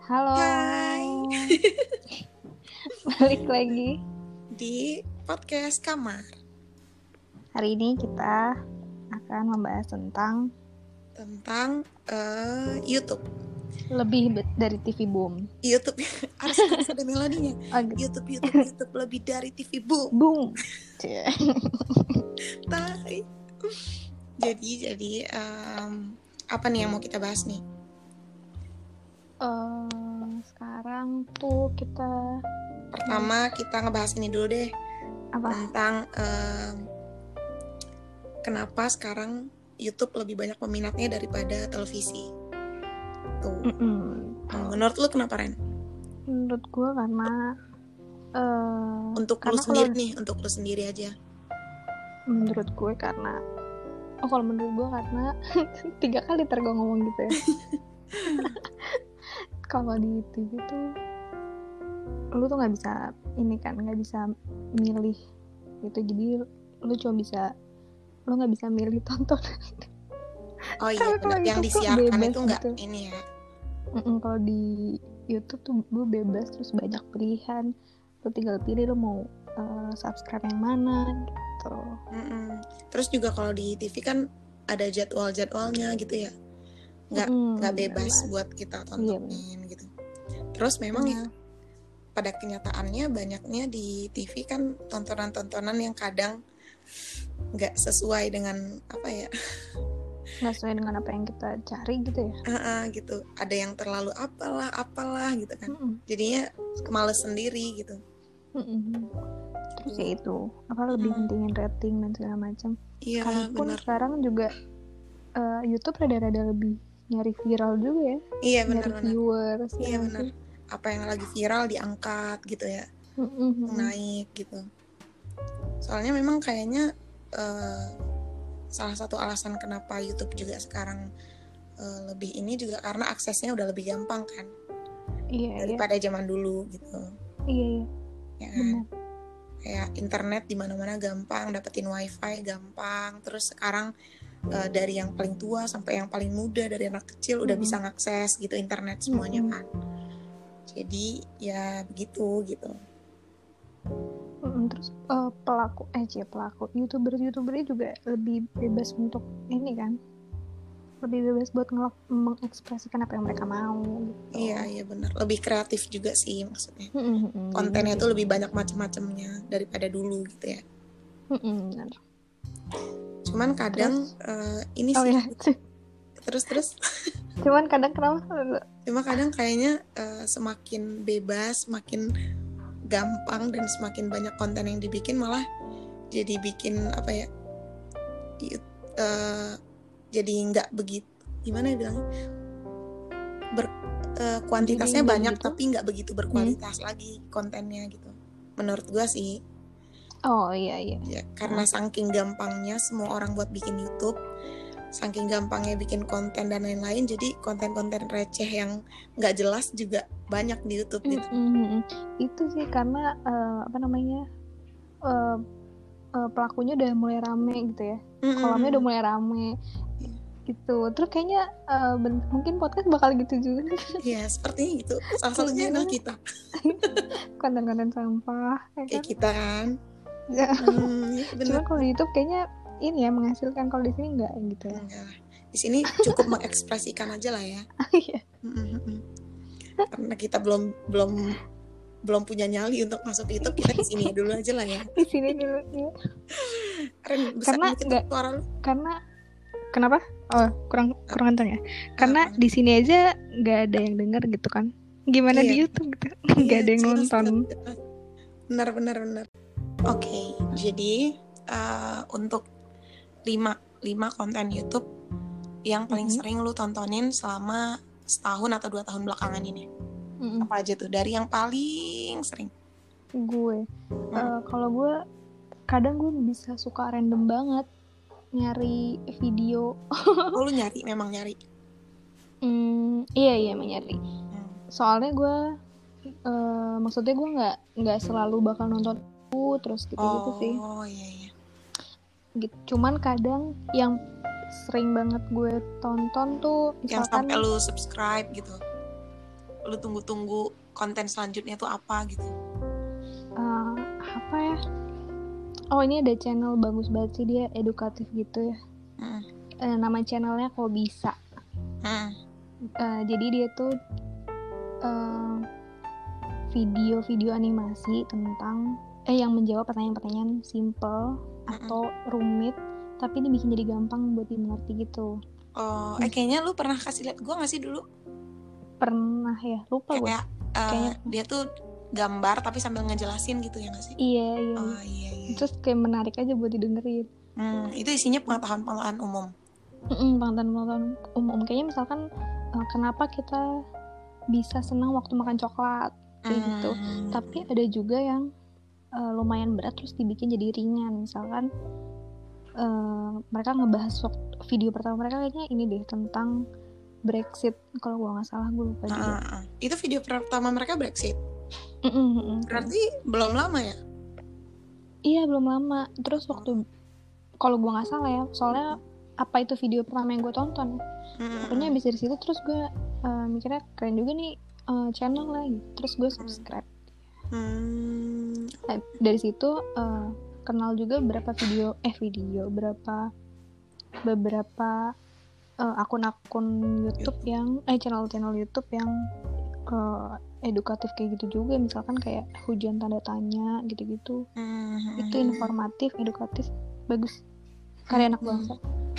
Halo, Hai, balik lagi. di podcast kamar Hari ini kita akan membahas tentang tentang YouTube. lebih dari TV Boom. YouTube harus ada melodinya. Oh, gitu. YouTube lebih dari TV Boom. Boom. Tai. Jadi apa nih yang mau kita bahas nih? Sekarang tuh kita Pertama kita ngebahas ini dulu deh, apa? tentang kenapa sekarang YouTube lebih banyak peminatnya daripada televisi. Tuh. Menurut lu kenapa, Ren? Menurut gue karena Untuk lu sendiri nih, untuk lu sendiri aja. Menurut gue karena kalau menurut gue karena 3 kali ntar gue ngomong gitu ya. Kalau di TV tuh lu tuh nggak bisa nggak bisa milih gitu, jadi lu nggak bisa milih tonton. Oh iya benar, yang disiarkan itu nggak gitu. Ini ya. Kalau di YouTube tuh lu bebas, terus banyak pilihan, lu tinggal pilih lu mau subscribe yang mana gitu. Terus juga kalau di TV kan ada jadwalnya gitu ya, nggak bebas buat kita tontonin gitu. Terus memang ya pada kenyataannya banyaknya di TV kan tontonan yang kadang nggak sesuai dengan nggak sesuai dengan apa yang kita cari gitu ya. Gitu, ada yang terlalu apalah gitu kan. Jadinya males sendiri gitu. Terus ya itu lebih pentingin rating dan segala macam. Iya, kalaupun benar. Sekarang juga YouTube rada-rada lebih nyari viral juga ya. Iya benar. Viewers. Iya benar. Apa yang lagi viral diangkat gitu ya, naik gitu. Soalnya memang kayaknya salah satu alasan kenapa YouTube juga sekarang lebih ini juga karena aksesnya udah lebih gampang kan. Daripada zaman dulu gitu. Iya. Ya kan? Kayak internet di mana-mana gampang, dapetin wifi gampang. Terus sekarang dari yang paling tua sampai yang paling muda, dari anak kecil udah bisa ngakses gitu internet semuanya kan. Jadi ya begitu gitu. Terus pelaku YouTuber juga lebih bebas untuk ini kan, lebih bebas buat mengekspresikan apa yang mereka mau gitu. Iya benar, lebih kreatif juga sih maksudnya. Kontennya tuh lebih banyak macam-macamnya daripada dulu gitu ya. Benar. Cuman kadang ini sih terus cuman kadang kenapa? Cuma kadang kayaknya semakin bebas, semakin gampang dan semakin banyak konten yang dibikin malah jadi bikin jadi nggak begitu, gimana ya bilangnya, kuantitasnya jadi banyak tapi nggak begitu berkualitas lagi kontennya gitu. Menurut gue sih. Oh iya. Ya, karena saking gampangnya semua orang buat bikin YouTube, saking gampangnya bikin konten dan lain-lain, jadi konten-konten receh yang nggak jelas juga banyak di YouTube gitu. Itu sih karena pelakunya udah mulai rame gitu ya. Kolamnya udah mulai rame gitu. Terus kayaknya mungkin podcast bakal gitu juga. Iya, sepertinya gitu. Salah satunya adalah kita. Konten-konten sampah kayak kita kan. Ya. Cuma kalau di YouTube kayaknya ini ya menghasilkan, kalau di sini enggak gitu ya. Enggak. Di sini cukup mengekspresikan aja lah ya. Iya. Karena kita belum punya nyali untuk masuk YouTube, kita di sini dulu aja lah ya. Di sini dulu ya. Karena enggak suara lu. Kenapa? Oh, kurang kencang ya. Karena di sini aja enggak ada yang denger gitu kan. Gimana di YouTube gitu. Enggak ada yang nonton. Benar. Oke, jadi untuk 5 konten YouTube yang paling sering lu tontonin selama setahun atau 2 tahun belakangan ini. Apa aja tuh dari yang paling sering? Gue kalau gue kadang gue bisa suka random banget nyari video. Oh, lu memang nyari? Iya emang nyari. Soalnya gue maksudnya gue nggak selalu bakal nonton terus gitu sih. Oh iya. Gitu. Cuman kadang yang sering banget gue tonton tuh misalkan yang sampai lu subscribe gitu. lu tunggu-tunggu konten selanjutnya tuh apa gitu? Apa ya? Oh, ini ada channel bagus banget sih, dia edukatif gitu ya. Nama channelnya Kok Bisa. Jadi dia tuh video-video animasi tentang yang menjawab pertanyaan-pertanyaan simple atau rumit, tapi ini bikin jadi gampang buat dimengerti gitu. Kayaknya lu pernah kasih lihat gue nggak sih dulu? Pernah ya, lupa gue. Kayaknya dia tuh gambar tapi sambil ngejelasin gitu ya nggak sih? Iya. Iya. Terus kayak menarik aja buat didengerin. Itu isinya pengetahuan umum. Pengetahuan umum. Kayaknya misalkan kenapa kita bisa senang waktu makan coklat kayak gitu. Tapi ada juga yang lumayan berat terus dibikin jadi ringan. Misalkan mereka ngebahas video pertama mereka kayaknya ini deh tentang Brexit, kalau gue nggak salah, gue lupa juga. Itu video pertama mereka Brexit. Berarti belum lama ya? Iya, belum lama. Terus waktu kalau gue nggak salah ya, soalnya apa itu video pertama yang gue tonton. Pokoknya abis dari situ terus gue mikirnya keren juga nih channel lagi. Terus gue subscribe. Dari situ kenal juga beberapa beberapa akun-akun YouTube yang channel-channel YouTube yang edukatif kayak gitu juga, misalkan kayak Hujan Tanda Tanya gitu-gitu. Itu informatif, edukatif, bagus, karya anak bangsa.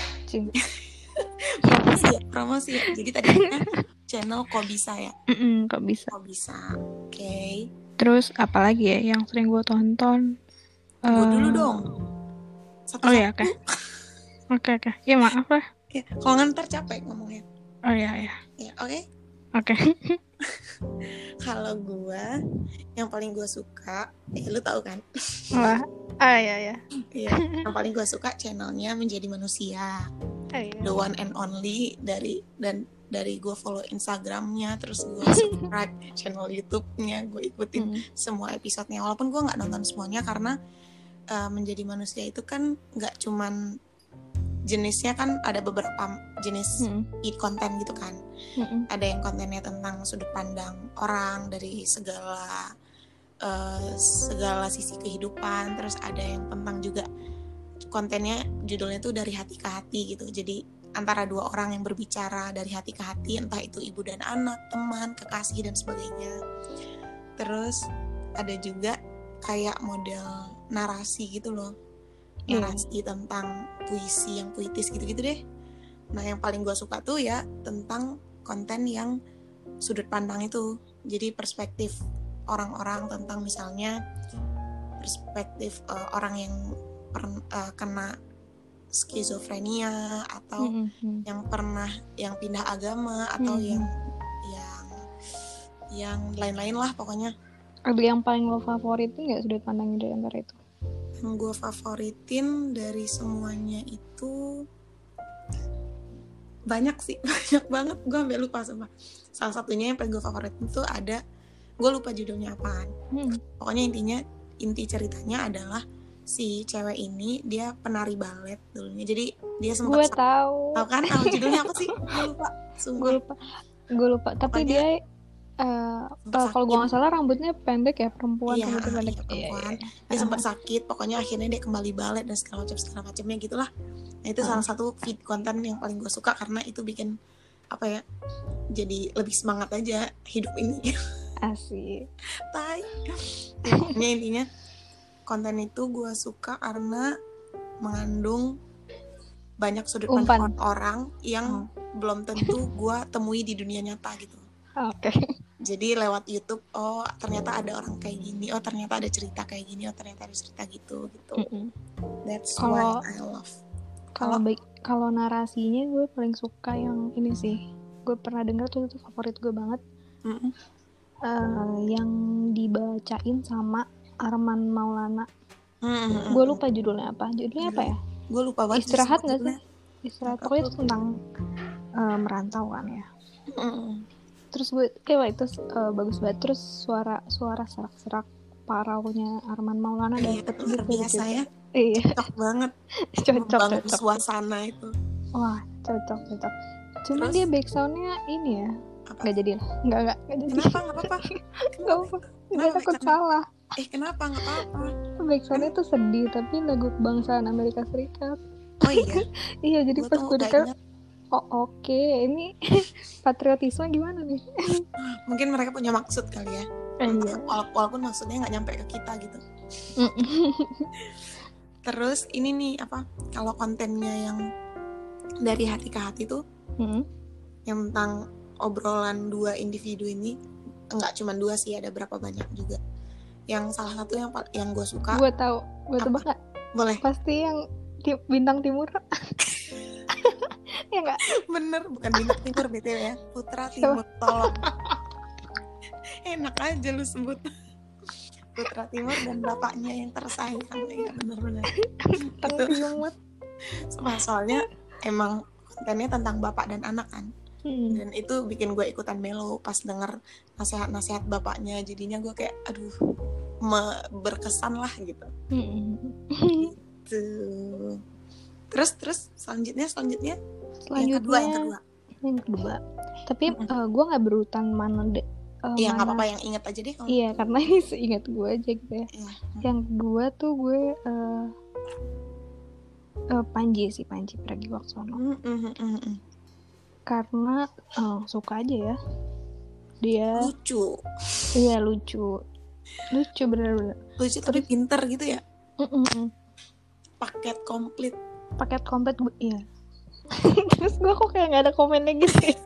promosi ya. Jadi tadi channel Kok Bisa ya? Kok Bisa. Oke. Terus apa lagi ya yang sering gue tonton? Gue dulu dong. Oh ya, oke. Ya maaf lah. Ya, kalau ngantar capek ngomongnya. Oh ya. Ya, oke. Kalau gue, yang paling gue suka, lu tahu kan? Wah, ya. Iya, yang paling gue suka channelnya Menjadi Manusia. The one and only dari gue follow Instagramnya, terus gue subscribe channel YouTube-nya, gue ikutin semua episodenya. Walaupun gue nggak nonton semuanya karena Menjadi Manusia itu kan nggak cuman jenisnya, kan ada beberapa jenis konten gitu kan. Ada yang kontennya tentang sudut pandang orang dari segala sisi kehidupan. Terus ada yang tentang juga kontennya judulnya tuh dari hati ke hati gitu. Jadi antara dua orang yang berbicara dari hati ke hati, entah itu ibu dan anak, teman, kekasih dan sebagainya. Terus ada juga kayak model narasi gitu loh. Narasi tentang puisi yang puitis gitu-gitu deh. Nah, yang paling gue suka tuh ya tentang konten yang sudut pandang itu. Jadi perspektif orang-orang tentang misalnya perspektif orang yang kena skizofrenia atau yang pindah agama atau yang lain-lain lah pokoknya. Ada yang paling lo favoritin nggak sudut pandangnya dari antara itu? Yang gue favoritin dari semuanya itu banyak sih, banyak banget, gue sampai lupa sama. Salah satunya yang paling gue favoritin tuh ada, gue lupa judulnya apaan. Pokoknya inti ceritanya adalah si cewek ini dia penari balet dulunya. Jadi dia sempat tahu kan judulnya apa sih? Gue lupa. Tapi dia kalau gue nggak salah rambutnya pendek ya, perempuan. Perempuan. Dia sempat sakit, pokoknya akhirnya dia kembali balet dan segala macamnya gitulah. Nah itu salah satu feed konten yang paling gue suka karena itu bikin jadi lebih semangat aja hidup ini. Asik. Pokoknya intinya konten itu gue suka karena mengandung banyak sudut pandang orang yang belum tentu gue temui di dunia nyata gitu. Oke. Jadi lewat YouTube, ternyata ada orang kayak gini, ternyata ada cerita kayak gini, ternyata ada cerita gitu. That's why I love. Kalau narasinya gue paling suka yang ini sih. Gue pernah denger tuh, itu favorit gue banget. Yang dibacain sama Arman Maulana. Gue lupa judulnya apa. Judulnya apa ya? Gue lupa banget. Istirahat nggak sih? Istirahat. Pokoknya itu tentang merantau kan ya. Terus gue itu bagus banget. Terus suara serak-serak paraunya Arman Maulana dapet luar biasa ya. Iya. Cocok banget. Cocok suasana itu. Wah, cocok. Cuma dia backsoundnya ini ya, Apa? Nggak jadi lah. Nggak jadi. Kenapa? Nggak apa-apa. Nggak apa-apa. Nggak takut salah. Kenapa? Nggak apa-apa. Backsoundnya tuh sedih, tapi lagu kebangsaan Amerika Serikat. Oh iya? Iya, jadi pas gue denger, oh oke, ini patriotisme gimana nih? Mungkin mereka punya maksud kali ya. Iya. Walaupun maksudnya nggak nyampe ke kita gitu. Terus ini nih apa? Kalau kontennya yang dari hati ke hati tuh, yang tentang obrolan dua individu ini, enggak cuma dua sih, ada berapa banyak juga. Yang salah satu yang gue suka. Gue tahu, gue tebak nggak? Boleh. Pasti yang Bintang Timur. Ya nggak? Bener, bukan Bintang Timur BTW ya, Putra Timur. Tolong. Enak aja lu sebut. Putra Timur dan bapaknya yang tersayang. Ya bener-bener. Timur. Soalnya emang kontennya tentang bapak dan anak kan. Dan itu bikin gue ikutan melo pas denger nasihat-nasihat bapaknya. Jadinya gue kayak aduh berkesan lah gitu. Gitu. Terus selanjutnya yang kedua. Tapi gue nggak berurutan mana deh. Iya nggak apa-apa, yang inget aja deh. Iya karena ini seingat gue aja gitu ya. Yang kedua tuh gue Panji Pragiwaksono. Karena suka aja ya. Dia lucu. Iya lucu bener-bener. Lucu tapi pinter gitu ya. Paket komplit gue, iya. Terus gue kok kayak nggak ada komennya gitu ya.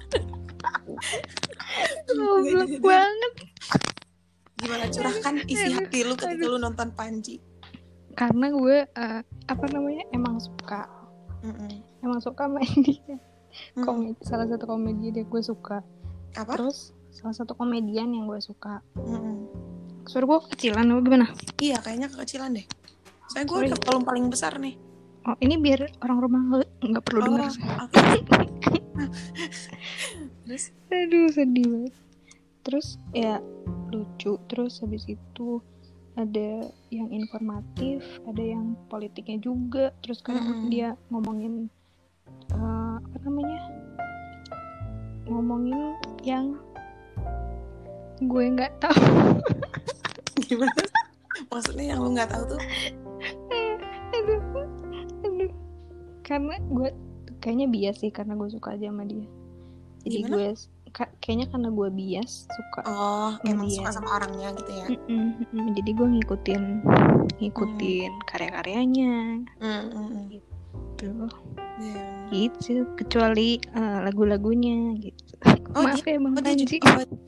Goblok banget. Gimana, curahkan isi hati lu ketika lu nonton Panji? Karena gue emang suka main dia. Salah satu komedi dia gue suka. Apa? Terus salah satu komedian yang gue suka. Suara gue kecilan apa gimana? Iya kayaknya kekecilan deh. Saya gue udah volume paling besar nih. Oh ini biar orang rumah nggak perlu dengar. Okay. Terus? Aduh sedih banget. Terus ya lucu. Terus habis itu ada yang informatif, ada yang politiknya juga. Terus kadang dia ngomongin ngomongin yang gue nggak tahu. Gimana? Maksudnya yang lu nggak tahu tuh? Aduh. Karena gue kayaknya bias sih, karena gue suka aja sama dia. Jadi gimana? Gue kayaknya karena gue bias suka. Oh, emang dia suka sama orangnya gitu ya? Jadi gue ngikutin karya-karyanya. Gitu. Gitu. Kecuali lagu-lagunya gitu. Maaf ya Bang Panji.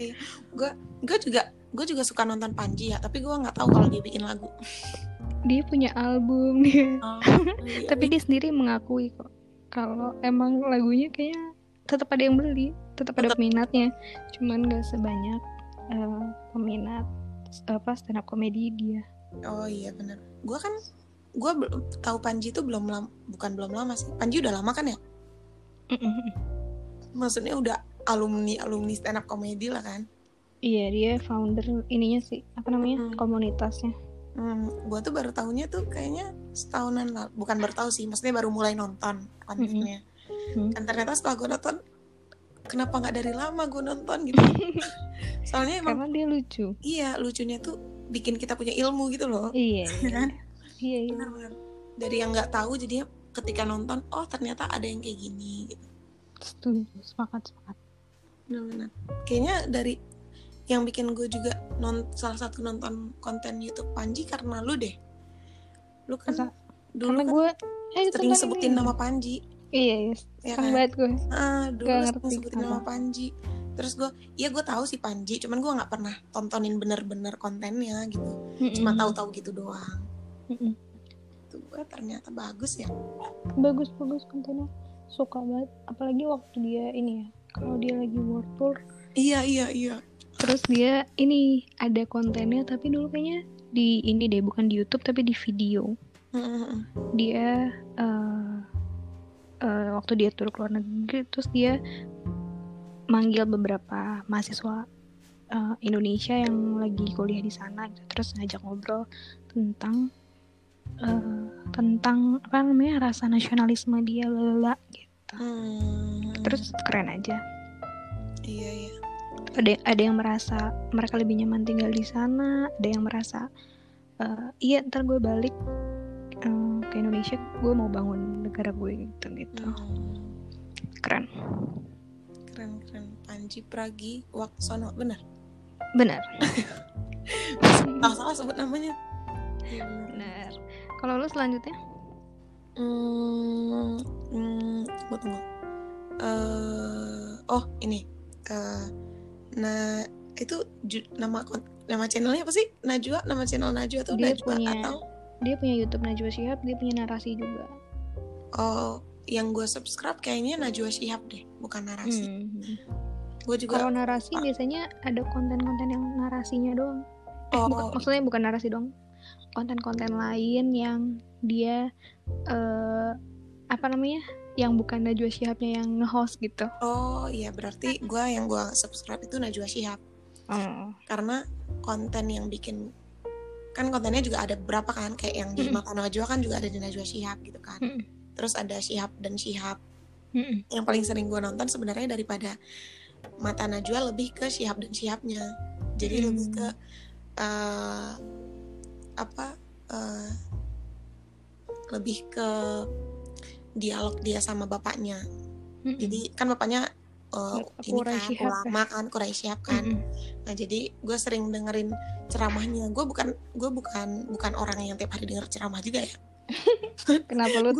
Gue juga suka nonton Panji ya, tapi gue nggak tahu kalau dia bikin lagu. Dia punya album dia. Tapi dia sendiri mengakui kok kalau emang lagunya kayaknya tetap ada yang beli, tetap ada peminatnya, cuman gak sebanyak peminat stand up komedi dia. Oh iya benar. Gue tahu Panji itu belum lama sih. Panji udah lama kan ya? Maksudnya udah alumni stand up komedi lah kan? Iya, dia founder ininya sih, komunitasnya. Gue tuh baru tahunya tuh kayaknya setahunan lah, bukan baru tahu sih, maksudnya baru mulai nonton kontennya. Dan ternyata setelah gue nonton, kenapa nggak dari lama gue nonton gitu? Soalnya emang karena dia lucu. Iya, lucunya tuh bikin kita punya ilmu gitu loh. Iya. Kan? Iya. Benar-benar. Dari yang nggak tahu jadinya ketika nonton, oh ternyata ada yang kayak gini. Gitu. Setuju, sepakat. Benar-benar. Kayaknya dari yang bikin gue juga salah satu nonton konten YouTube Panji karena lu deh. Lu kan dulu kan gue sering sebutin nama Panji. Iya, kan banget gue. Dulu sering sebutin nama Panji. Terus gue tahu sih Panji, cuman gue nggak pernah tontonin bener-bener kontennya gitu. Cuma tahu-tahu gitu doang. Tuh gue ternyata bagus ya. Bagus kontennya. Suka banget, apalagi waktu dia ini ya, kalau dia lagi world tour. Iya. Terus dia ini ada kontennya, tapi dulu kayaknya di ini deh, bukan di YouTube tapi di video. Dia waktu dia tur ke luar negeri, terus dia manggil beberapa mahasiswa Indonesia yang lagi kuliah di sana gitu. Terus ngajak ngobrol tentang rasa nasionalisme dia gitu. Terus keren aja. Iya. Ada yang merasa mereka lebih nyaman tinggal di sana, ada yang merasa iya ntar gue balik ke Indonesia, gue mau bangun negara gue gitu. Keren. Panji Pragiwaksono, benar. Salah sebut namanya. Benar. Kalau lu selanjutnya? Tunggu. Ini. Nah, itu nama channelnya apa sih? Najwa, nama channel Najwa tuh Najwa atau? Dia punya YouTube Najwa Shihab, dia punya narasi juga. Oh, yang gue subscribe kayaknya Najwa Shihab deh, bukan narasi. Gue juga. Kalau narasi biasanya ada konten-konten yang narasinya doang. Maksudnya bukan narasi dong. Konten-konten lain yang dia yang bukan Najwa Shihabnya yang nge-host gitu. Oh iya, berarti yang gue subscribe itu Najwa Shihab. Karena konten yang bikin, kan kontennya juga ada beberapa kan, kayak yang di Mata Najwa kan juga ada di Najwa Shihab gitu kan. Terus ada Shihab dan Shihab. Yang paling sering gue nonton sebenarnya daripada Mata Najwa lebih ke Shihab dan Shihabnya. Jadi lebih ke lebih ke dialog dia sama bapaknya. Jadi kan bapaknya ini kan ulama kan, Quraisy Shihab kan. Nah, jadi gue sering dengerin ceramahnya. Gue bukan orang yang tiap hari denger ceramah juga ya. Kenapa lu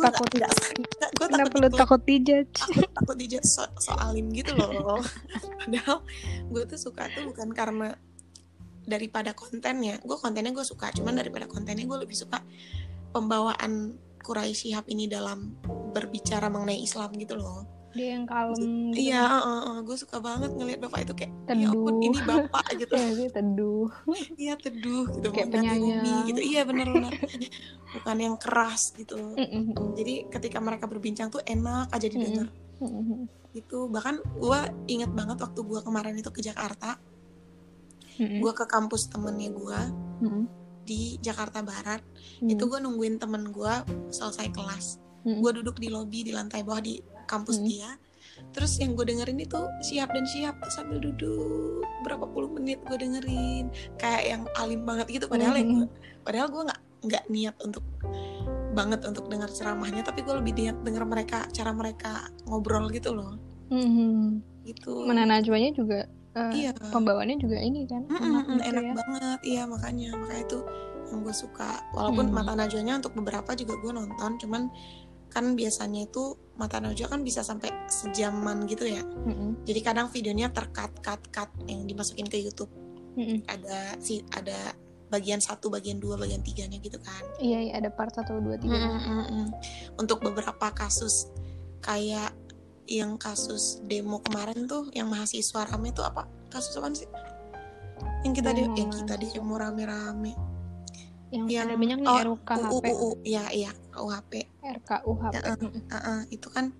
takut dijudge? Takut dijudge so alim gitu loh. Padahal gue tuh suka tuh bukan karena daripada kontennya. Kontennya gue suka, cuman daripada kontennya gue lebih suka pembawaan Quraisy Shihab ini dalam berbicara mengenai Islam gitu loh. Dia yang kalem gitu. Iya, gue suka banget ngelihat bapak itu kayak teduh. Ya ampun, ini bapak gitu. Iya, teduh. Iya, teduh gitu, kayak penyayang gitu. Iya, benar. Bukan yang keras gitu. Jadi ketika mereka berbincang tuh enak aja didengar. Gitu. Bahkan gue ingat banget waktu gue kemarin itu ke Jakarta. Gue ke kampus temennya gue di Jakarta Barat. Itu gue nungguin temen gue selesai kelas. Gue duduk di lobi di lantai bawah di kampus dia. Terus yang gue dengerin itu Shihab dan Shihab tuh sambil duduk berapa puluh menit gue dengerin, kayak yang alim banget gitu. Padahal gue nggak niat untuk dengar ceramahnya, tapi gue lebih niat denger cara mereka ngobrol gitu loh. Gitu. Mana Najwanya juga pembawaannya juga ini kan enak banget. Iya, makanya itu yang gue suka. Walaupun Mata Najwanya untuk beberapa juga gue nonton, cuman kan biasanya itu Mata Najwa kan bisa sampai sejaman gitu ya. Jadi kadang videonya tercut yang dimasukin ke YouTube. Ada bagian 1, bagian 2, bagian 3-nya gitu kan. Iya, ada part 1, 2, 3. Untuk beberapa kasus kayak yang kasus demo kemarin tuh, yang mahasiswa rame tuh, apa kasus apaan sih? Yang kita demo rame-rame. Yang ada banyak nih RUKHP. Iya, KUHP. RKUHP. Itu kan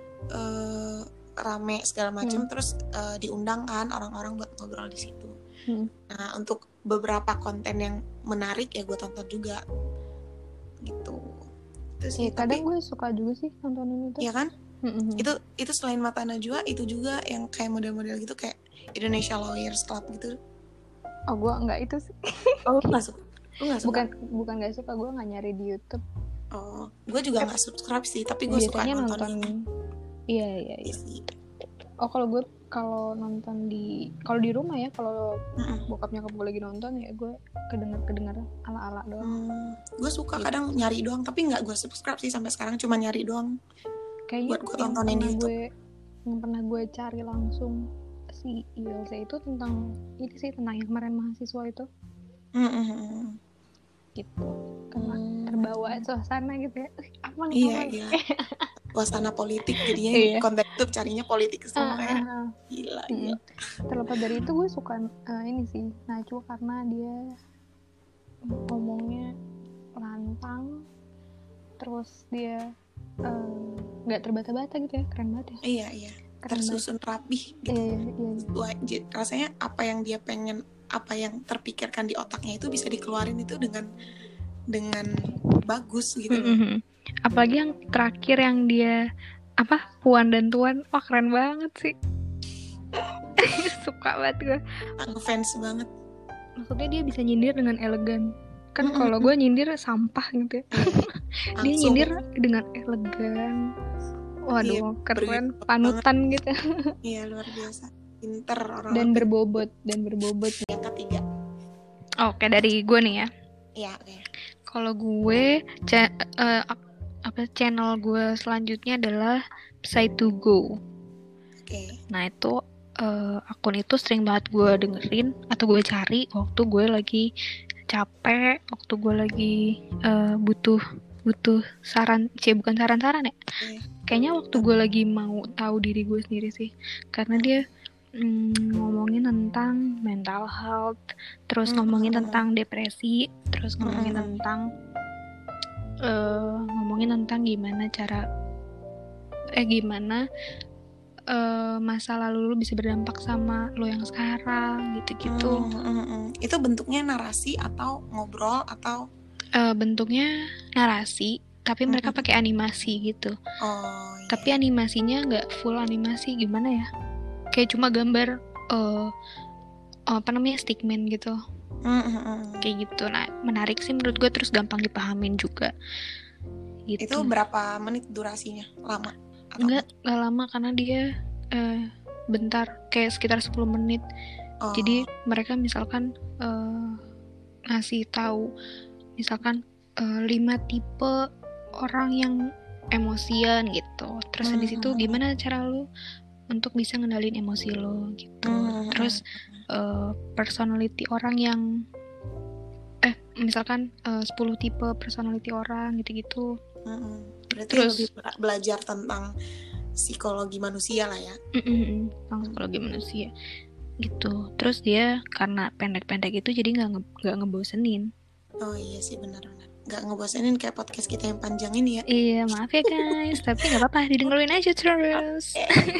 rame segala macam, terus diundang kan orang-orang buat ngobrol di situ. Nah, untuk beberapa konten yang menarik ya gue tonton juga. Gitu. Terus kadang gue suka juga sih nontonin itu. Iya kan? Itu selain Mata Najwa, itu juga yang kayak model-model gitu, kayak Indonesia Lawyers Club gitu. Oh, gue nggak itu sih. Oh, lu nggak suka? Bukan nggak suka, gue nggak nyari di YouTube. Oh, gue juga nggak subscribe sih, tapi gue suka nonton. Iya. Oh, kalau nonton kalau di rumah ya, kalau bokap nyokap gue lagi nonton ya gue kedenger ala-ala doang. Gue suka kadang nyari doang, tapi nggak gue subscribe sih sampai sekarang, cuma nyari doang. Kayaknya buat gue tontonin di YouTube. Yang pernah gue cari langsung si Ilse itu tentang yang kemarin mahasiswa itu. Gitu. Karena terbawa suasana gitu ya. Apa nih? Iya. Suasana politik jadinya. Konten YouTube carinya politik semua ya. Gila. Terlepas dari itu gue suka ini sih Najwa, karena dia ngomongnya lantang, terus dia nggak terbata-bata gitu ya, keren banget ya. Iya. Tersusun rapih gitu. Iya. Rasanya apa yang dia pengen, apa yang terpikirkan di otaknya itu bisa dikeluarin itu dengan bagus gitu. Apalagi yang terakhir yang dia Puan dan Tuan, wah keren banget sih. Suka banget gue. Fans banget. Maksudnya dia bisa nyindir dengan elegan. Kan kalau gue nyindir sampah gitu ya. Dia nyindir dengan elegan. Waduh, keren, panutan banget. Gitu. Iya, luar biasa. Pinter orang. Dan berbobot. Yang ketiga. Oke, dari gue nih ya. Iya, oke. Kalau gue channel gue selanjutnya adalah Psy2Go. Oke. Nah, itu akun itu sering banget gue dengerin atau gue cari waktu gue lagi capek, waktu gue lagi butuh saran, bukan saran-saran ya. Kayaknya waktu gue lagi mau tahu diri gue sendiri sih, karena dia ngomongin tentang mental health, terus ngomongin tentang depresi, terus ngomongin tentang gimana cara masa lalu lu bisa berdampak sama lo yang sekarang gitu-gitu. Itu bentuknya narasi atau ngobrol atau bentuknya narasi, tapi mereka pakai animasi gitu. Tapi animasinya nggak full animasi, gimana ya? Kayak cuma gambar stickman gitu. Kayak gitu. Nah, menarik sih menurut gue, terus gampang dipahamin juga. Gitu. Itu berapa menit durasinya? Lama? Enggak lama, karena dia bentar, kayak sekitar 10 menit. Jadi mereka misalkan ngasih tahu misalkan 5 tipe orang yang emosian gitu. Terus habis itu gimana cara lu untuk bisa ngendalin emosi lo gitu. Terus personality orang yang misalkan 10 tipe personality orang gitu-gitu. Berarti terus lebih belajar tentang psikologi manusia lah ya. Tentang psikologi manusia gitu. Terus dia karena pendek-pendek itu jadi nggak ngebosenin. Oh iya sih, benar-benar nggak ngebosenin kayak podcast kita yang panjang ini ya. Iya, maaf ya guys, tapi nggak apa-apa, didengerin aja terus.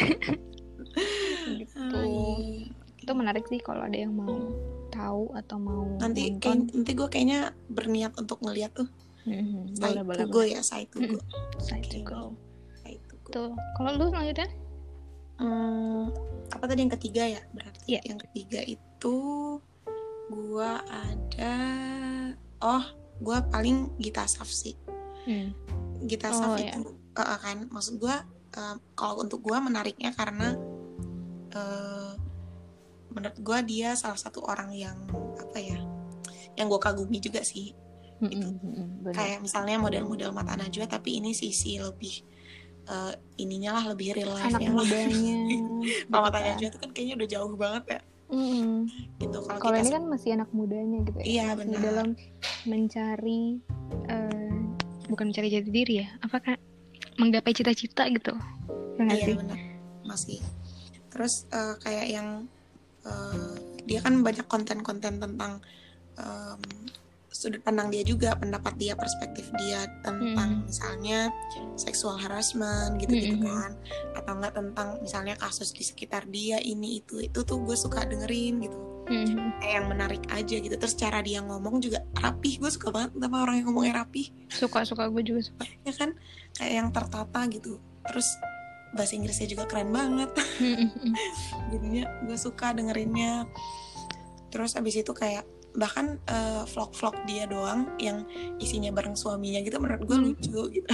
Gitu. Itu menarik sih kalau ada yang mau tahu atau mau nanti gue kayaknya berniat untuk ngeliat tuh. Psy2Go ya, Psy2Go. Psy2Go. Tuh, kalau lu selanjutnya? Apa tadi yang ketiga ya? Berarti yang ketiga itu gue ada gue paling Gita Saf sih. Gita Saf itu kan, maksud gue kalau untuk gue menariknya karena menurut gue dia salah satu orang yang yang gue kagumi juga sih. Gitu. Kayak misalnya model-model Mata Najwa, tapi ini sisi lebih ininya lah, lebih real life-nya lah. Kalau Mata Najwa itu kan kayaknya udah jauh banget ya. Gitu. Kalau ini kan masih anak mudanya gitu ya. Iya, masih benar. Dalam mencari bukan mencari jati diri ya, apakah menggapai cita-cita gitu. Iya benar, masih. Terus kayak yang dia kan banyak konten-konten tentang sudut pandang dia juga, pendapat dia, perspektif dia tentang misalnya sexual harassment gitu-gitu kan, atau enggak tentang misalnya kasus di sekitar dia ini itu tuh gue suka dengerin gitu. Kayak yang menarik aja gitu. Terus cara dia ngomong juga rapih, gue suka banget sama orang yang ngomongnya rapih. Suka gue juga suka. Ya kan, kayak yang tertata gitu. Terus bahasa Inggrisnya juga keren banget. Jadinya gue suka dengerinnya. Terus abis itu kayak bahkan vlog-vlog dia doang yang isinya bareng suaminya gitu, menurut gue lucu gitu.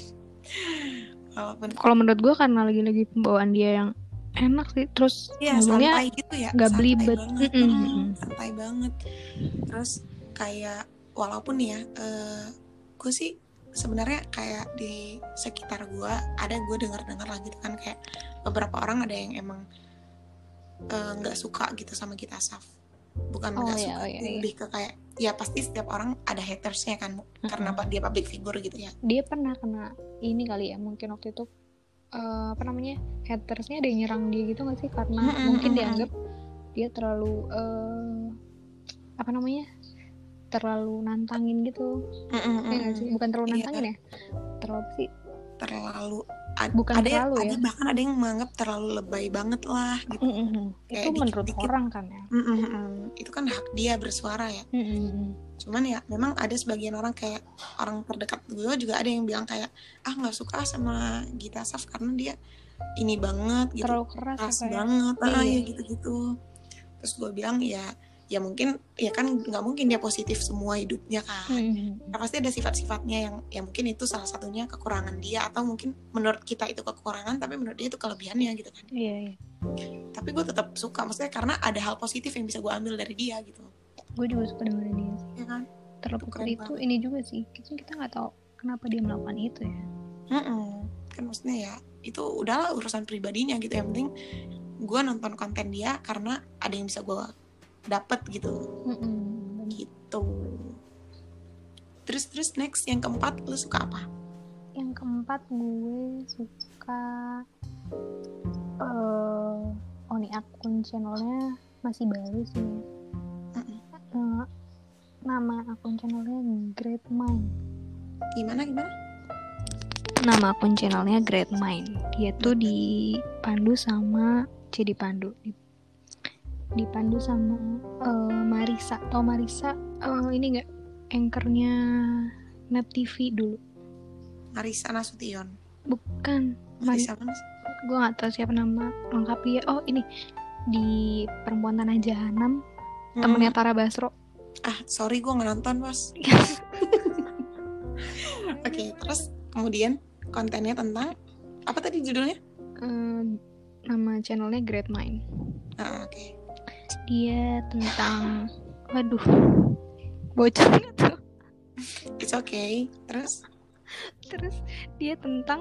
Kalau menurut gue karena lagi pembawaan dia yang enak sih, terus ngomongnya santai gitu ya, gak belibet, santai banget. Terus kayak walaupun ya gue sih sebenarnya kayak di sekitar gue dengar lah gitu kan, kayak beberapa orang ada yang emang nggak suka gitu sama Gita Saf. Bukan nggak suka, lebih ke kayak ya pasti setiap orang ada hatersnya kan, karena dia public figure gitu ya. Dia pernah kena ini kali ya, mungkin waktu itu hatersnya ada yang nyerang dia gitu nggak sih, karena mungkin dianggap dia terlalu terlalu nantangin gitu. Ya sih? Bukan terlalu nantangin ya, terlalu bukan ada terlalu ya, bahkan ada yang menganggap terlalu lebay banget lah gitu. Itu menurut orang kan ya. Itu kan hak dia bersuara ya. Cuman ya memang ada sebagian orang, kayak orang terdekat gue juga ada yang bilang kayak nggak suka sama Gita Saf karena dia ini banget gitu, terlalu keras banget, ya gitu-gitu. Terus gue bilang ya mungkin ya kan nggak mungkin dia positif semua hidupnya kan. Ya pasti ada sifat-sifatnya yang mungkin itu salah satunya kekurangan dia, atau mungkin menurut kita itu kekurangan tapi menurut dia itu kelebihannya gitu kan. Iya. Tapi gue tetap suka, maksudnya karena ada hal positif yang bisa gue ambil dari dia gitu. Gue juga suka dengan dia sih. Ya kan? Terlepas dari itu ini juga sih, kita nggak tahu kenapa dia melakukan itu ya. Kan maksudnya ya itu udahlah urusan pribadinya gitu. Yang penting gue nonton konten dia karena ada yang bisa gue dapet gitu. Gitu. Terus next yang keempat lu suka apa? Yang keempat gue suka ini akun channelnya masih baru sih. Nama akun channelnya Great Mind. Gimana? Nama akun channelnya Great Mind. Dia tuh dipandu sama dipandu sama Marisa. Tau Marisa? Ini nggak, anchornya Net TV dulu. Marisa Nasution. Bukan. Marisa mana? Gue nggak tahu siapa nama lengkap dia. Oh ini di Perempuan Tanah Jahanam. Temennya Tara Basro. Sorry gue nggak nonton bos. Oke, terus kemudian kontennya tentang apa tadi judulnya? Nama channelnya Great Mind. Oke. Dia tentang, waduh, bocor gitu. It's okay. Terus dia tentang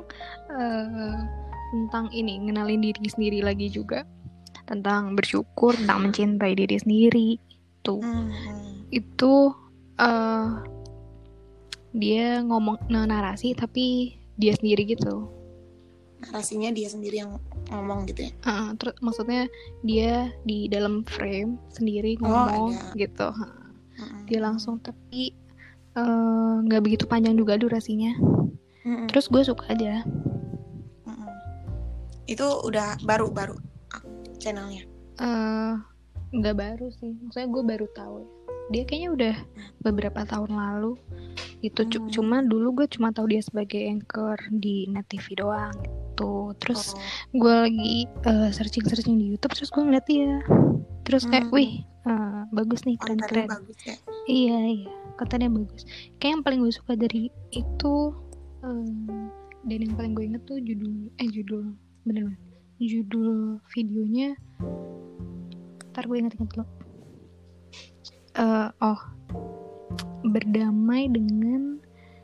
ini, ngenalin diri sendiri lagi juga, tentang bersyukur, tentang mencintai diri sendiri. Itu dia ngomong narasi tapi dia sendiri gitu. Narasinya dia sendiri yang ngomong gitu ya? Terus maksudnya dia di dalam frame sendiri ngomong gitu. Dia langsung, tapi nggak begitu panjang juga durasinya. Terus gue suka aja. Itu udah baru channelnya? Nggak baru sih, maksudnya gue baru tahu ya. Dia kayaknya udah beberapa tahun lalu gitu. Cuma dulu gue cuma tahu dia sebagai anchor di Net TV doang gitu. Terus gue lagi searching di YouTube, terus gue ngeliat dia, terus kayak wih, bagus nih, keren. Bagus ya? Iya, katanya bagus. Kayak yang paling gue suka dari itu dan yang paling gue inget tuh judul videonya. Ntar gue inget loh. Berdamai dengan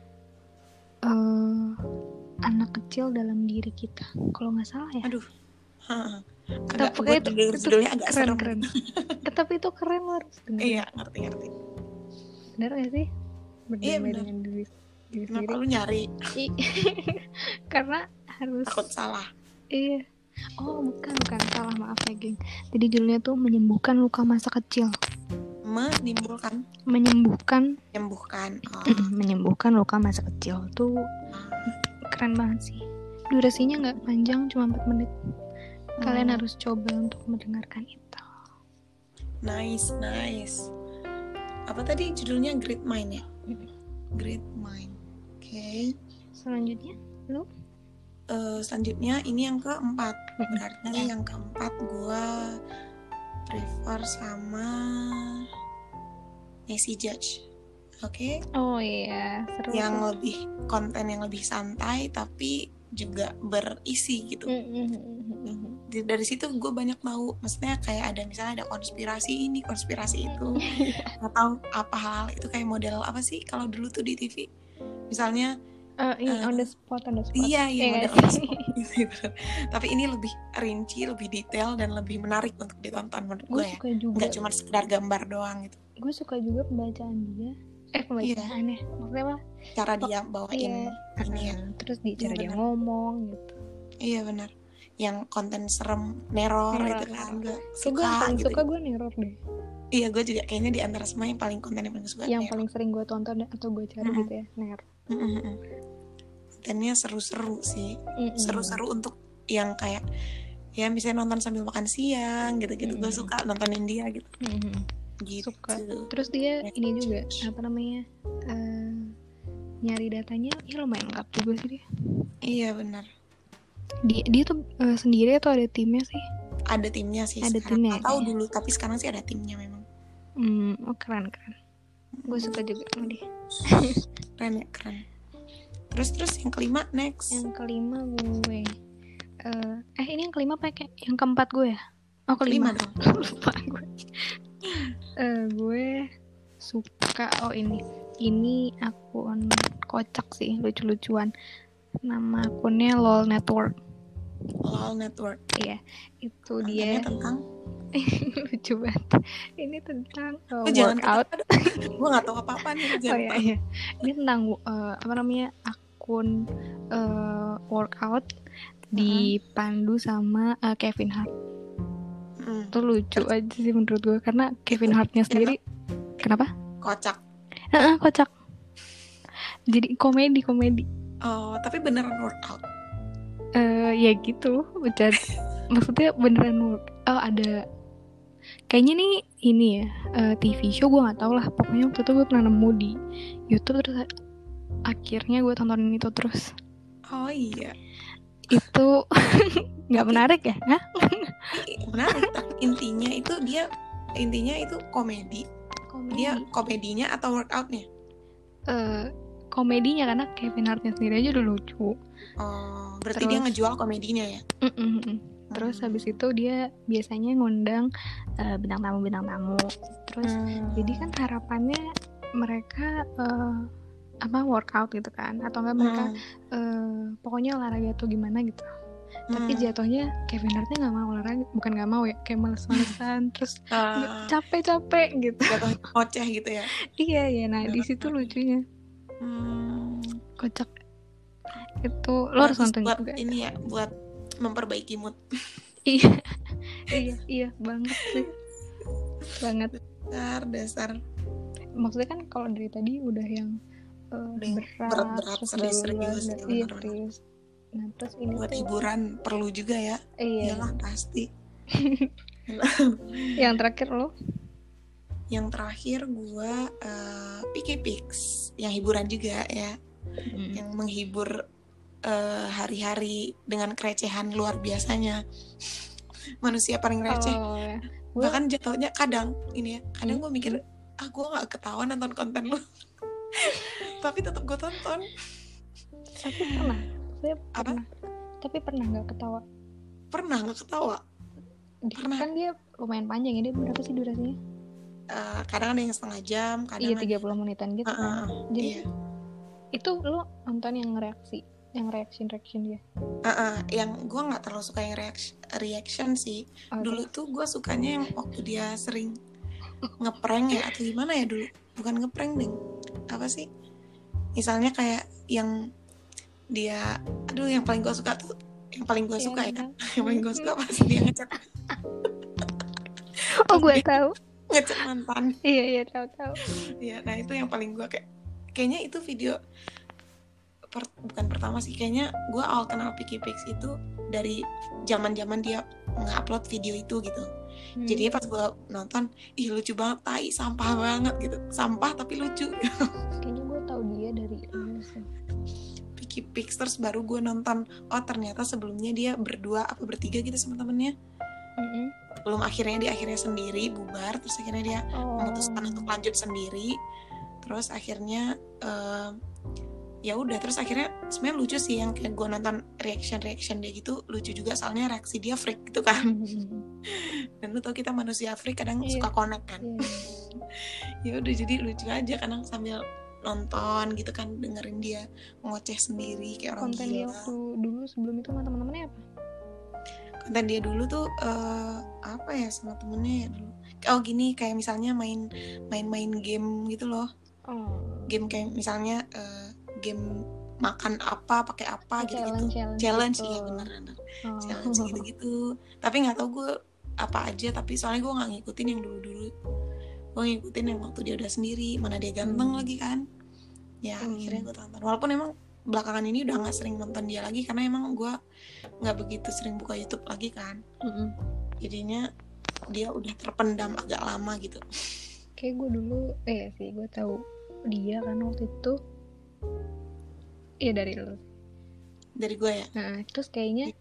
anak kecil dalam diri kita, kalau nggak salah ya. Aduh, tapi itu judulnya agak keren. Tapi itu keren, lo harus dengar. Iya, ngerti. Bener nggak sih? Berdamai dengan diri kenapa lu nyari? Karena harus. Takut salah. Iya. Bukan salah, maaf ya geng. Jadi judulnya tuh menyembuhkan luka masa kecil. Menyembuhkan luka masa kecil tuh keren banget sih. Durasinya nggak panjang, cuma 4 menit. Kalian harus coba untuk mendengarkan itu. Nice. Apa tadi judulnya? Great Mind ya? Great Mind. Oke. Selanjutnya lu? Selanjutnya ini yang keempat. Berarti yang keempat gue prefer sama Nancy Judge. Oke? Oh iya, seru. Yang lebih konten yang lebih santai tapi juga berisi gitu. Dari situ gue banyak tahu, maksudnya kayak ada misalnya ada konspirasi ini, konspirasi itu, atau apa hal itu kayak model apa sih kalau dulu tuh di TV, misalnya on the spot. Iya model on the spot gitu. Tapi ini lebih rinci, lebih detail dan lebih menarik untuk ditonton menurut gue ya. Nggak cuma sekedar gambar doang gitu. Gue suka juga pembacaan dia. Pembacaannya, maksudnya apa? Cara dia bawain ini ya. Terus cara dia ngomong gitu. Iya benar. Yang konten serem, neror itu kan gue suka. Gue paling gitu. suka gue neror deh. Iya, gue juga kayaknya di antara semua yang paling konten yang paling suka. Yang paling sering gue tonton atau gue cari gitu ya, neror. Kontennya seru-seru sih. Seru-seru untuk yang kayak ya misalnya nonton sambil makan siang gitu-gitu. Gue suka nontonin dia gitu. Gitu. Suka. Terus dia ini juga apa namanya? Nyari datanya ya lumayan lengkap juga sih dia. Iya benar. Dia tuh sendiri atau ada timnya sih? Ada timnya sih. Ada sekarang. timnya. Tahu dulu, tapi sekarang sih ada timnya memang. Oh keren. Gue suka juga sama dia. Keren ya, keren. Terus yang kelima next. Yang kelima gue. Ini yang kelima pakai yang keempat gue ya? Oh kelima dong. Lupa gue. Gue suka ini akun kocak sih, lucu-lucuan. Nama akunnya LOL Network. LOL Network. Iya, itu kontennya dia tentang lucu banget. Ini tentang workout. Gue nggak tahu apa-apa nih. Iya. Ini tentang akun workout dipandu sama Kevin Hart. Itu lucu aja sih menurut gue, karena Kevin Hartnya sendiri kenapa? Kocak. Kocak. Jadi komedi. Oh, tapi beneran workout. Ya gitu, maksudnya beneran work. Oh ada, kayaknya nih ini ya TV show, gue nggak tahu lah. Pokoknya waktu itu gue pernah nemu di YouTube, terus akhirnya gue tontonin itu terus. Oh iya. Itu nggak menarik ya? Hah? Menarik. Intinya itu komedi. Dia komedinya atau workoutnya? Komedinya, karena Kevin Hartnya sendiri aja udah lucu. Oh, berarti dia ngejual komedinya ya? Terus habis itu dia biasanya ngundang bintang tamu. Terus jadi kan harapannya mereka workout gitu kan, atau enggak mereka pokoknya olahraga atau gimana gitu. Tapi jatuhnya Kevin Hartnya nggak mau olahraga, bukan nggak mau ya, kayak males-malesan, terus capek gitu. Jatuhnya ngoceh gitu ya? Iya. Nah di situ lucunya. Kocak. Itu lo harus nonton buat juga. Ini ya, buat memperbaiki mood. iya banget sih. Banget. Dasar. Maksudnya kan kalau dari tadi udah yang berat serius. Iya serius. Nah terus ini buat tuh hiburan perlu juga ya. Iyalah pasti. Yang terakhir lo? Yang terakhir gue PK-Pix, yang hiburan juga ya, yang menghibur hari-hari dengan kerecehan luar biasanya. Manusia paling receh. Bahkan jatuhnya kadang gue mikir, gue nggak ketawa nonton konten lu. Tapi tetap gue tonton. Tapi pernah nggak ketawa? Pernah nggak ketawa? Pernah. Kan dia lumayan panjang ya, dia berapa sih durasinya? Kadang ada yang setengah jam, kadang 30 menitan gitu kan. Jadi itu lo nonton yang reaction dia? Yang gue nggak terlalu suka yang reaction sih. Dulu tuh gue sukanya yang waktu dia sering ngeprank ya, atau gimana ya dulu? Bukan ngeprank ding, apa sih? Misalnya kayak yang dia, yang paling gue suka tuh, yang paling gue suka pas dia ngechat. Gue tahu. Ngechat mantan. Iya tahu. Iya, nah itu yang paling gue kayaknya itu video bukan pertama sih, kayaknya gue awal kenal PK-Pix itu dari zaman dia nge-upload video itu gitu. Jadi pas gue nonton, lucu banget, tai, sampah banget gitu, sampah tapi lucu. Kayaknya gue tahu dia dari PK-Pix, terus baru gue nonton, ternyata sebelumnya dia berdua apa bertiga gitu sama temennya. Belum akhirnya sendiri bubar, terus akhirnya dia memutuskan untuk lanjut sendiri. Terus akhirnya ya udah, terus akhirnya sebenarnya lucu sih yang kayak gue nonton reaction dia gitu, lucu juga soalnya reaksi dia freak gitu kan. Dan lu tau kita manusia freak kadang suka connect kan. Ya udah, jadi lucu aja kadang sambil nonton gitu kan, dengerin dia ngoceh sendiri kayak orang konten gila. Dia waktu dulu sebelum itu sama teman-temannya apa? Konten dia dulu tuh apa ya sama temennya ya dulu. Gini, kayak misalnya main game gitu loh. Game kayak misalnya game makan apa, pakai apa challenge gitu. Ya benar. Challenge gitu. Tapi nggak tahu gue apa aja, tapi soalnya gue nggak ngikutin yang dulu. Gue ngikutin yang waktu dia udah sendiri, mana dia ganteng lagi kan. Ya akhirnya gue tonton. Walaupun emang belakangan ini udah nggak sering nonton dia lagi, karena emang gue nggak begitu sering buka YouTube lagi kan. Jadinya dia udah terpendam agak lama gitu. Kayak gue dulu gue tahu dia kan waktu itu dari lo. Dari gue ya. Terus kayaknya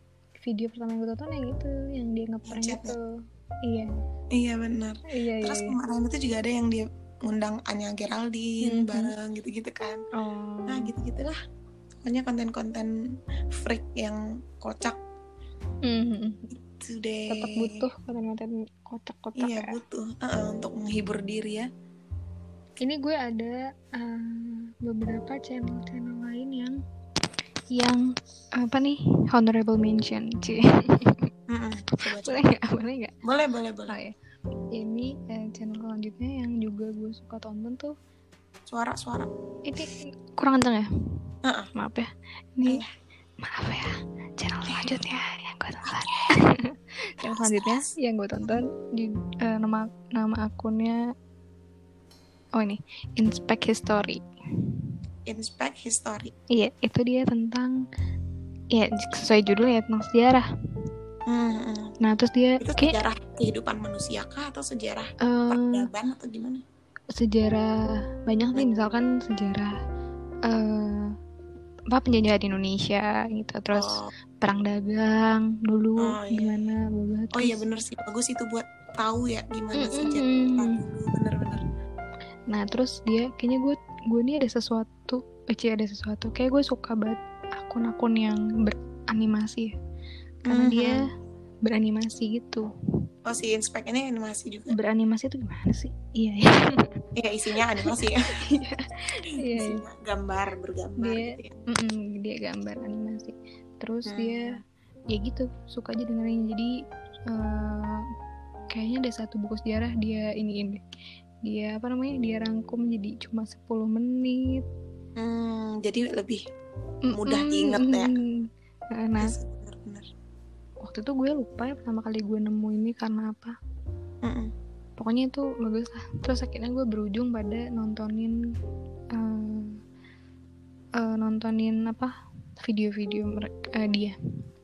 video pertama yang gue tonton yang itu, yang dia ngeprank itu. Iya benar. Terus kemarin itu juga ada yang dia ngundang Anya Geraldine bareng gitu-gitu kan. Nah gitu-gitulah, pokoknya konten-konten freak yang kocak. Gitu deh. Tetap butuh konten-konten kocak-kocak. Iya, butuh untuk menghibur diri ya. Ini gue ada beberapa channel lain yang apa nih, honorable mention, boleh nggak? Boleh. Oh, ya. Ini channel selanjutnya yang juga gue suka tonton tuh. Suara. Ini kurang kenceng ya? Maaf ya. Ini maaf ya. Channel selanjutnya yang gue tonton. Channel selanjutnya yang gue tonton di nama akunnya. Oh ini, Inspect History. Iya, itu dia tentang, ya sesuai judulnya tentang sejarah. Nah terus dia itu sejarah kehidupan manusia kah atau sejarah peradaban atau gimana? Sejarah banyak nih, misalkan sejarah penjajahan Indonesia gitu, terus perang dagang dulu gimana. Iya bener sih, bagus itu buat tahu ya gimana sejarah dulu, bener. Nah terus dia kayaknya gue nih ada sesuatu kayak gue suka banget akun-akun yang beranimasi karena dia beranimasi gitu. Oh, si Inspect ini animasi juga. Beranimasi itu gimana sih? Iya. Iya, isinya animasi ya. Iya. Bergambar dia, gitu ya. Dia gambar animasi. Terus dia ya gitu, suka aja dengerin. Jadi kayaknya ada satu buku sejarah dia iniin deh. Dia dia rangkum jadi cuma 10 menit. Jadi lebih mudah diingat ya. Nah, benar. Waktu itu gue lupa ya pertama kali gue nemu ini karena apa. Pokoknya itu bagus lah. Terus akhirnya gue berujung pada nontonin video-video dia.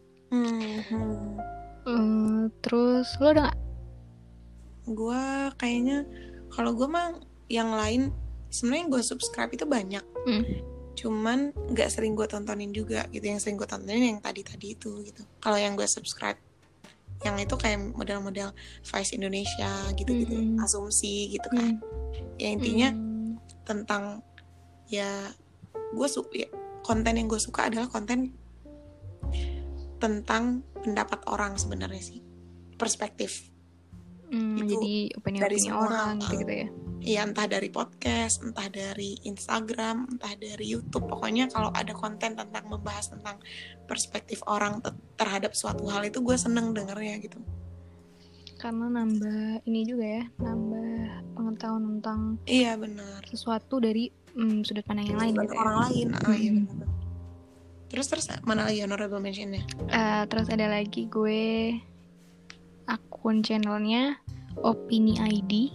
Terus lo ada nggak? Gue kayaknya kalau gue mah yang lain sebenarnya gue subscribe itu banyak. Cuman nggak sering gue tontonin juga gitu. Yang sering gue tontonin yang tadi itu gitu. Kalau yang gue subscribe yang itu kayak model-model Vice Indonesia gitu, Asumsi gitu kan. Ya intinya tentang ya konten yang gue suka adalah konten tentang pendapat orang sebenarnya sih, perspektif. Jadi opini-opini orang gitu ya. Iya, entah dari podcast, entah dari Instagram, entah dari YouTube. Pokoknya kalau ada konten tentang membahas tentang perspektif orang terhadap suatu hal itu gue seneng dengernya gitu. Karena nambah ini juga ya, nambah pengetahuan tentang benar sesuatu dari sudut pandang yang lain gitu orang lain. Iya benar. Terus mana lagi honorable mention-nya? Terus ada lagi gue akun channelnya Opini ID.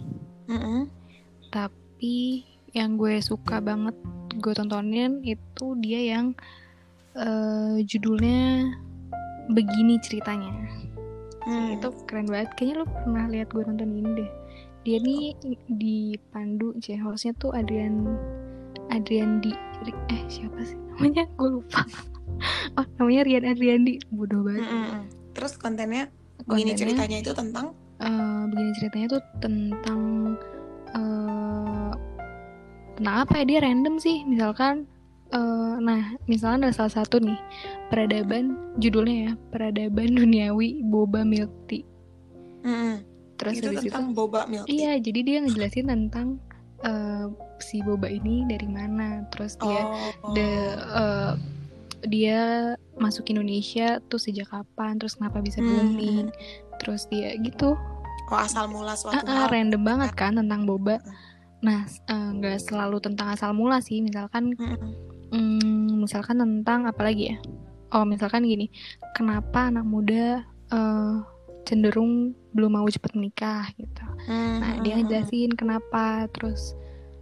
Tapi yang gue suka banget gue tontonin itu dia yang judulnya Begini Ceritanya. Itu keren banget. Kayaknya lo pernah lihat gue nonton ini deh. Dia nih dipandu hostnya tuh Adrian siapa sih namanya, gue lupa. Namanya Rian Adriandi, bodoh banget. Terus kontennya Begini Ceritanya itu tentang tentang apa ya, dia random sih. Misalkan misalkan ada salah satu nih peradaban, judulnya ya Peradaban Duniawi Boba Milk Tea. Terus itu tentang boba milk tea. Iya, jadi dia ngejelasin tentang si boba ini dari mana. Terus dia masuk Indonesia tuh sejak kapan, terus kenapa bisa booming. Terus dia gitu. Asal mula suatu hal. Random banget kan tentang boba. Nah, nggak selalu tentang asal mula sih. Misalkan tentang apa lagi ya? Misalkan gini, kenapa anak muda cenderung belum mau cepat menikah gitu. Nah, dia ngejelasin kenapa. Terus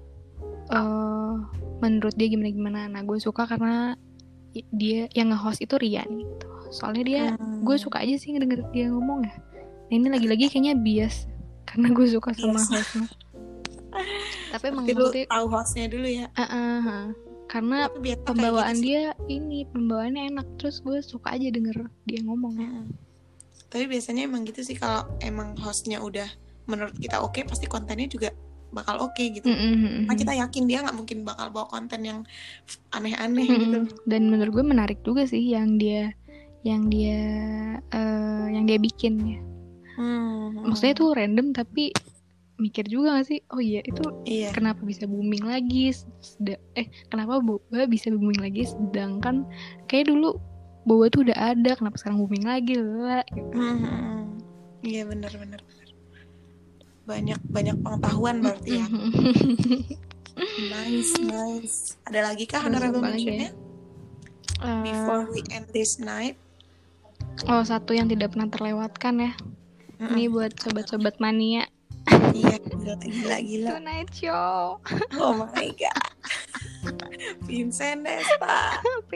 menurut dia gimana. Nah, gue suka karena dia yang nge-host itu Rian gitu. Soalnya dia gue suka aja sih ngedenger dia ngomong ya. Nah, ini lagi-lagi kayaknya bias karena gue suka sama hostnya. Tapi emang lu tahu hostnya dulu ya. karena pembawaan gitu dia ini pembawaannya enak, terus gue suka aja denger dia ngomong. Tapi biasanya emang gitu sih, kalau emang hostnya udah menurut kita oke, pasti kontennya juga bakal oke gitu. Nah, kita yakin dia nggak mungkin bakal bawa konten yang aneh-aneh gitu. Dan menurut gue menarik juga sih yang dia bikin ya. Maksudnya tuh random tapi mikir juga gak sih, oh iya itu kenapa bisa booming lagi, kenapa boba bisa booming lagi sedangkan kayak dulu boba tuh udah ada, kenapa sekarang booming lagi lah gitu. Iya benar. Banyak pengetahuan berarti ya. Nice. Ada lagi kah honorable mention-nya? Before we end this night. Oh, satu yang tidak pernah terlewatkan ya. Ini buat sobat-sobat mania. Iya, gila. Tonight Show. Oh my god. Vincent Desta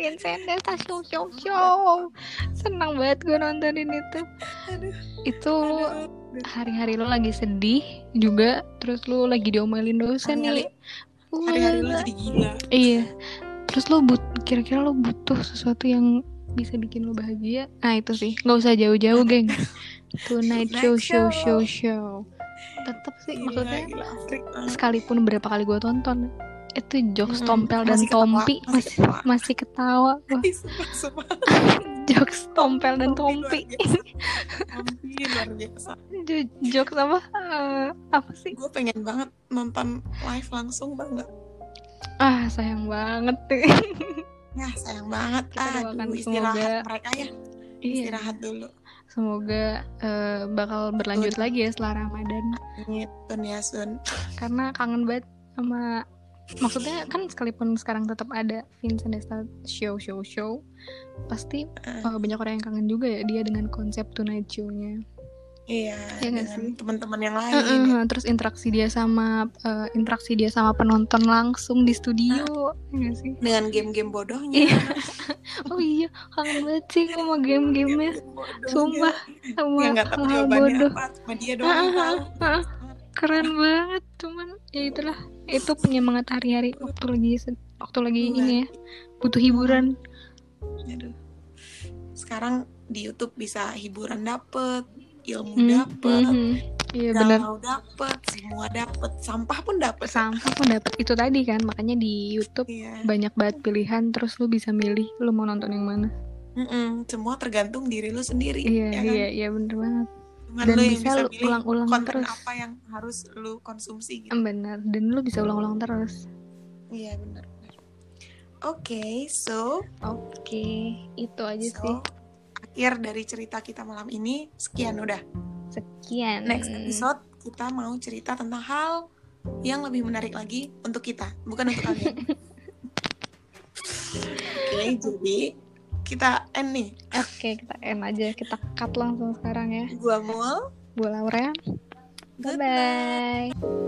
show. Senang banget gue nontonin itu. Itu lu hari-hari lu lagi sedih juga, terus lu lagi diomelin dosen nih. Hari-hari lu jadi gila. Iya. Terus lu kira-kira lu butuh sesuatu yang bisa bikin lu bahagia. Nah, itu sih. Enggak usah jauh-jauh, geng. Tonight show. Tetap sih maksudnya sekalipun berapa kali gue tonton itu jokes Tompel dan Tompi masih ketawa. Jokes Tompel dan Tompi luar biasa. Jokes apa sih? Gue pengen banget nonton live langsung banget. Sayang banget ya sayang banget. Istirahat mereka ya. Istirahat dulu. Semoga bakal berlanjut lagi ya setelah Ramadan. Ya Sun. Karena kangen banget sama, maksudnya kan sekalipun sekarang tetap ada Vincent Desta show pasti banyak orang yang kangen juga ya dia dengan konsep Tonight Show-nya. Iya, dengan teman-teman yang lain. Terus interaksi dia sama penonton langsung di studio, ya sih? Dengan game-game bodohnya. Oh iya, kangen banget sih sama game-gamenya. Sumpah, sama hal bodoh. Sama dia doang. Keren banget, cuman ya itulah, itu penyemangat hari-hari waktu lagi ini ya, butuh hiburan. Aduh. Sekarang di YouTube bisa hiburan dapet, ilmu dapet, galau dapet, semua dapet, sampah pun dapet. Itu tadi kan, makanya di YouTube banyak banget pilihan, terus lu bisa milih lu mau nonton yang mana. Semua tergantung diri lu sendiri. Iya bener banget. Dan lu bisa lu ulang-ulang konten terus apa yang harus lu konsumsi gitu. Bener, dan lu bisa ulang-ulang terus. Iya bener. Oke, itu aja sih. Akhir dari cerita kita malam ini. Sekian. Next episode kita mau cerita tentang hal yang lebih menarik lagi untuk kita, bukan untuk kalian. Oke, jadi kita end nih. Oke, kita end aja. Kita cut langsung sekarang ya. Gua Mul. Gua Lauren. Bye-bye.